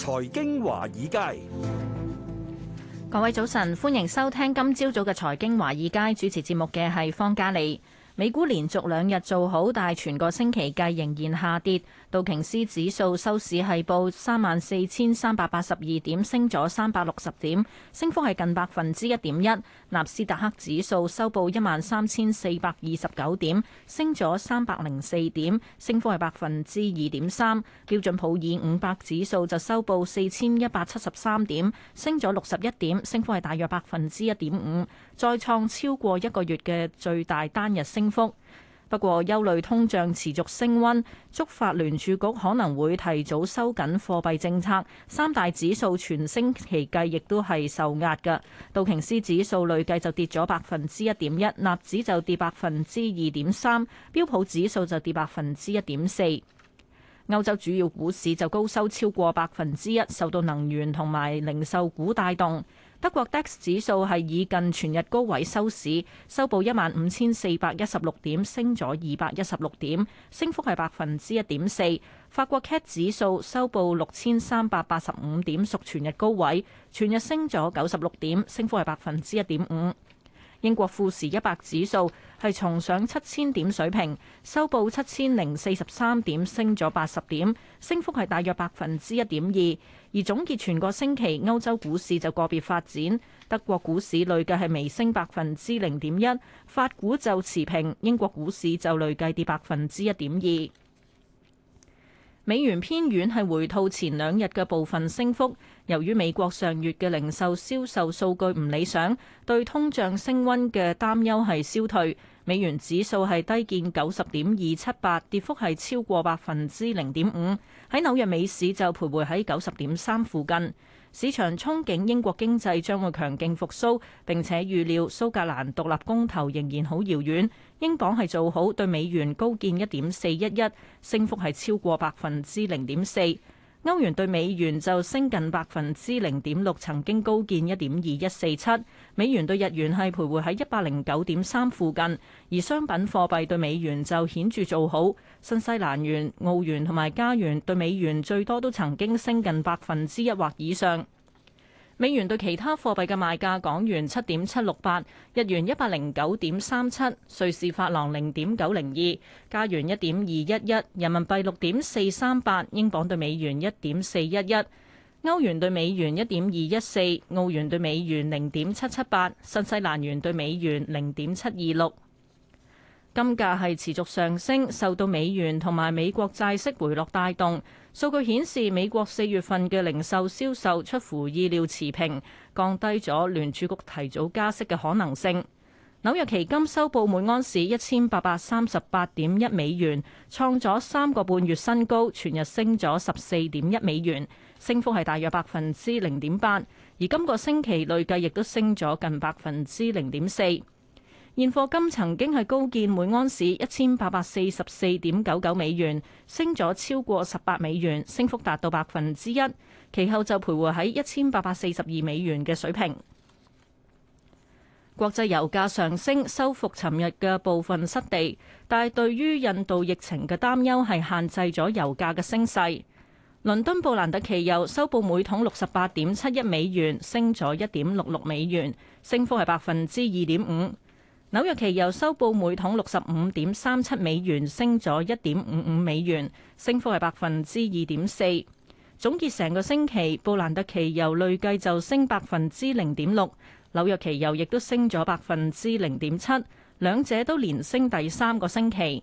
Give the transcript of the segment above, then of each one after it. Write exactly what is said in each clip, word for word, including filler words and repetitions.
財經華爾街， 各位早晨，歡迎收聽今朝早嘅財經華爾街，主持節目嘅係方嘉利。美股連續兩日做好，但係全個星期計仍然下跌。道瓊斯指數收市係報三萬四千三百八十二點，升咗三百六十點，升幅係近百分之一點一。納斯達克指數收報一萬三千四百二十九點，升咗三百零四點，升幅係百分之二點三。標準普爾五百指數就收報四千一百七十三點，升咗六十一點，升幅係大約百分之一點五，再創超過一個月嘅最大單日升幅。不過憂慮通脹持續升溫，觸發聯儲局可能會提早收緊貨幣政策。三大指數全星期計亦都係受壓嘅。道瓊斯指數累計就跌咗百分之一點一，納指就跌百分之二點三，標普指數就跌百分之一點四。歐洲主要股市就高收超過百分之一，受到能源同埋零售股帶動。德國 D A X 指數係以近全日高位收市，收報一萬五千四百一十六點，升咗二百一十六點，升幅係百分之一點四。法國 C A C 指數收報六千三百八十五點，屬全日高位，全日升咗九十六點，升幅係百分之一點五。英國富時一百指數係重上七千點水平，收報七千零四十三點，升咗八十點，升幅係大約百分之一點二。而總結全個星期，歐洲股市就個別發展，德國股市累計係微升百分之零點一，法股就持平，英國股市就累計跌百分之一點二。美元偏軟係回吐前兩日嘅部分升幅，由於美國上月嘅零售銷售數據唔理想，對通脹升溫嘅擔憂係消退。美元指數係低見九十點二七八，跌幅係超過百分之零點五。喺紐約美市就徘徊喺九十點三附近。市場憧憬英國經濟將會強勁復甦，並且預料蘇格蘭獨立公投仍然好遙遠。英鎊係做好，對美元高見一點四一一，升幅係超過百分之零點四。歐元對美元就升近百分之零點六，曾經高見一點二一四七。美元對日元係徘徊喺一百零九點三附近，而商品貨幣對美元就顯著做好。新西蘭元、澳元同埋加元對美元最多都曾經升近百分之一或以上。美元對其他貨幣嘅賣價：港元七點七六八，日元一百零九點三七，瑞士法郎零點九零二，加元一點二一一，人民幣六點四三八，英鎊對美元一點四一一，歐元對美元一點二一四，澳元對美元零點七七八，新西蘭元對美元零點七二六。金價係持續上升，受到美元同埋美國債息回落帶動。數據顯示，美國四月份嘅零售銷售出乎意料持平，降低咗聯儲局提早加息嘅可能性。紐約期金收報每安士一千八百三十八點一美元，創咗三個半月新高，全日升咗十四點一美元，升幅係大約百分之零點八。而今個星期累計亦都升咗近百分之零點四。現貨金曾經係高見每安士一千八百四十四點九九美元，升咗超過十八美元，升幅達到百分之一。其後就徘徊喺一千八百四十二美元嘅水平。國際油價上升，收復尋日嘅部分失地，但係對於印度疫情嘅擔憂係限制咗油價嘅升勢。倫敦布蘭特期油收報每桶六十八點七一美元，升咗一點六六美元，升幅係百分之二點五。紐約期油收報每桶六十五點三七美元，升咗一點五五美元，升幅係百分之二點四。總結成個星期，布蘭特期油累計就升百分之零點六，紐約期油亦都升咗百分之零點七，兩者都連升第三個星期。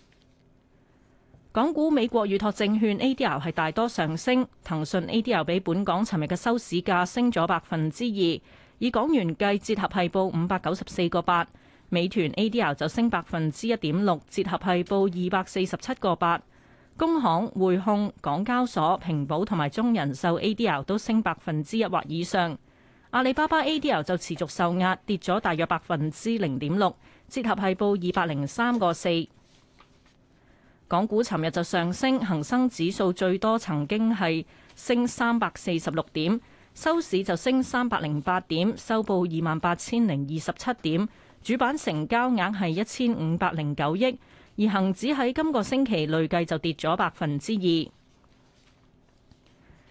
港股美國預託證券 A D R 係大多上升，騰訊 A D R 比本港尋日嘅收市價升咗百分之二，以港元計，折合係報五百九十四個八。美團 A D R 就升百分之一點六，折合係報二百四十七個八。工行、匯控、港交所、平保同埋中人壽 A D R 都升百分之一或以上。阿里巴巴 A D R 就持續受壓，跌咗大約百分之零點六，折合係報二百零三個四。港股尋日就上升，恒生指數最多曾經係升三百四十六點，收市就升三百零八點，收報二萬八千零二十七點。主板成交額係一千五百零九億，而恒指喺今個星期累計就跌咗百分之二。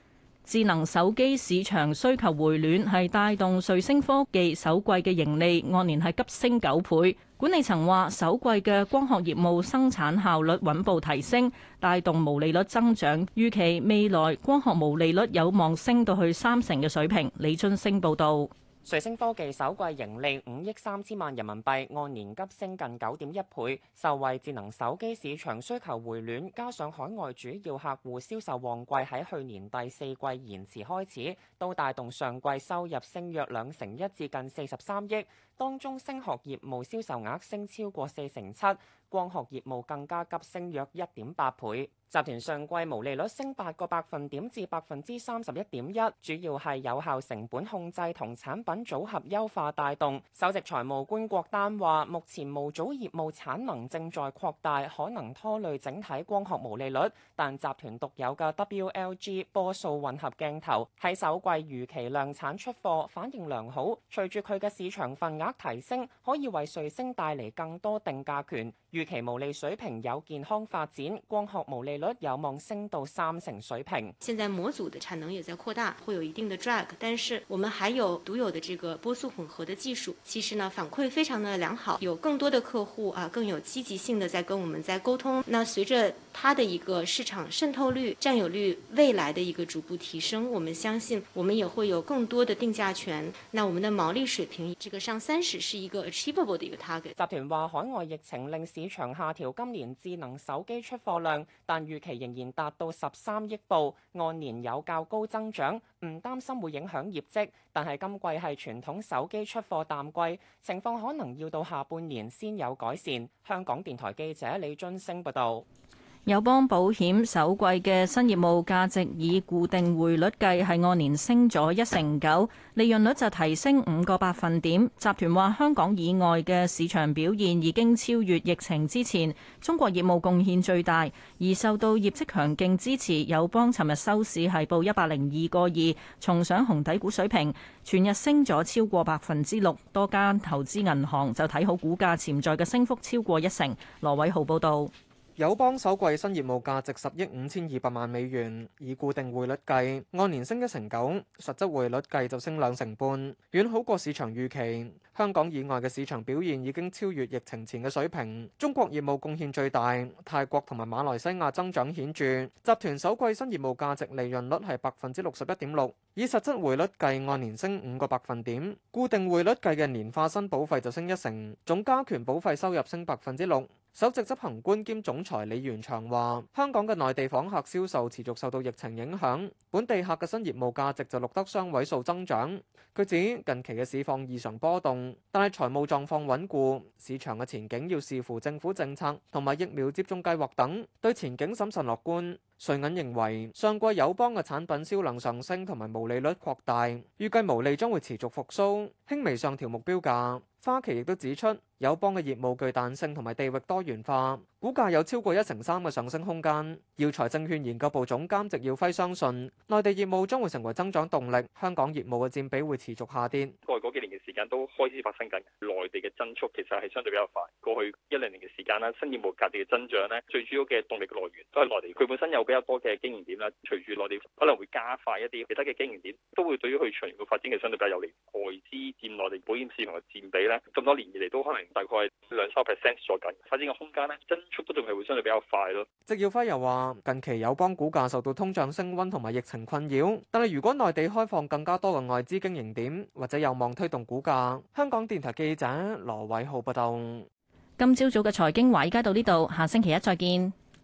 智能手機市場需求回暖係帶動瑞聲科技首季嘅盈利按年係急升九倍。管理層話，首季嘅光學業務生產效率穩步提升，帶動毛利率增長。預期未來光學毛利率有望升到去三成嘅水平。李津升報導。 瑞聲科技首季盈利五億三千萬人民幣，按年急升近九點一倍，受惠智能手機市場需求回暖，加上海外主要客戶銷售旺季喺去年第四季延遲開始，都帶動上季收入升約兩成一至近四十三億，當中聲學業務銷售額升超過四成七，光學業務更加急升約一點八倍。集團上季毛利率升八個百分點至百分之三十一點一，主要係有效成本控制同產品組合優化帶動。首席財務官郭丹話：目前模組業務產能正在擴大，可能拖累整體光學毛利率，但集團獨有嘅 W L G 波素混合鏡頭喺首季如期量產出貨，反應良好。隨住佢嘅市場份額提升，可以為瑞聲帶嚟更多定價權。預期毛利水平有健康發展，光學毛利率有望升到三成水平。 現在模組的產能也在擴大，會有一定的 drag， 但是我們還有獨有的這個波素混合的技術，其實呢反饋非常的良好，有更多的客戶啊更有積極性的在跟我們在溝通。那隨着它的一個市場滲透率、佔有率未來的一個逐步提升，我們相信我們也會有更多的定價權。那我們的毛利水平，這個上三十是一個 achievable 的一個 target。 集團話海外疫情令市場下調今年智能手機出貨量，但預期仍然達到十三億部，按年有較高增長，唔擔心會影響業績。但係今季係傳統手機出貨淡季，情況可能要到下半年先有改善。香港電台記者李津升報導。 友邦保險首季嘅新業務價值以固定匯率計係按年升咗一成九，利潤率就提升五個百分點。集團話香港以外嘅市場表現已經超越疫情之前，中國業務貢獻最大，而受到業績強勁支持，友邦尋日收市係報一百零二個二，重上紅底股水平，全日升咗超過百分之六。多間投資銀行就睇好股價潛在嘅升幅超過一成。羅偉豪報導。 友邦首季新業務價值十億五千二百萬美元，以固定匯率計，按年升一成九，實質匯率計就升兩成半，遠好過市場預期。香港以外嘅市場表現已經超越疫情前嘅水平，中國業務貢獻最大，泰國同埋馬來西亞增長顯著。集團首季新業務價值利潤率係百分之六十一點六，以實質匯率計按年升五個百分點，固定匯率計嘅年化新保費就升一成，總加權保費收入升百分之六。首席執行官兼總裁李元祥話：香港嘅內地訪客銷售持續受到疫情影響，本地客嘅新業務價值就錄得雙位數增長。佢指近期嘅市況異常波動，但係財務狀況穩固，市場嘅前景要視乎政府政策同埋疫苗接種計劃等，對前景審慎樂觀。瑞銀認為上季友邦嘅產品銷量上升同埋毛利率擴大，預計毛利將會持續復甦，輕微上調目標價。花旗亦都指出，友邦嘅業務具彈性同埋地域多元化，股價有超過一成三嘅上升空間。耀才證券研究部總監植耀輝相信，內地業務將會成為增長動力，香港業務嘅佔比會持續下跌。 過去嗰幾年嘅時間都開始發生緊，內地嘅增速其實係相對比較快。過去一兩年嘅時間啦，新業務價值嘅增長咧，最主要嘅動力嘅來源都係內地，佢本身有比較多嘅經營點啦。隨住內地可能會加快一啲其他嘅經營點，都會對於佢長遠嘅發展嘅相對比較有利。外資佔內地保險市場嘅佔比咧，咁多年以嚟都可能大概兩三 percent 左右，發展嘅空間咧，增速都仲係會相對比較快咯。 植耀輝又話：近期友邦股價受到通脹升溫同埋疫情困擾，但係如果內地開放更加多嘅外資經營點，或者有望推動股價。香港電台記者羅偉浩報道。 今朝早嘅財經華爾街到呢度，下星期一再見。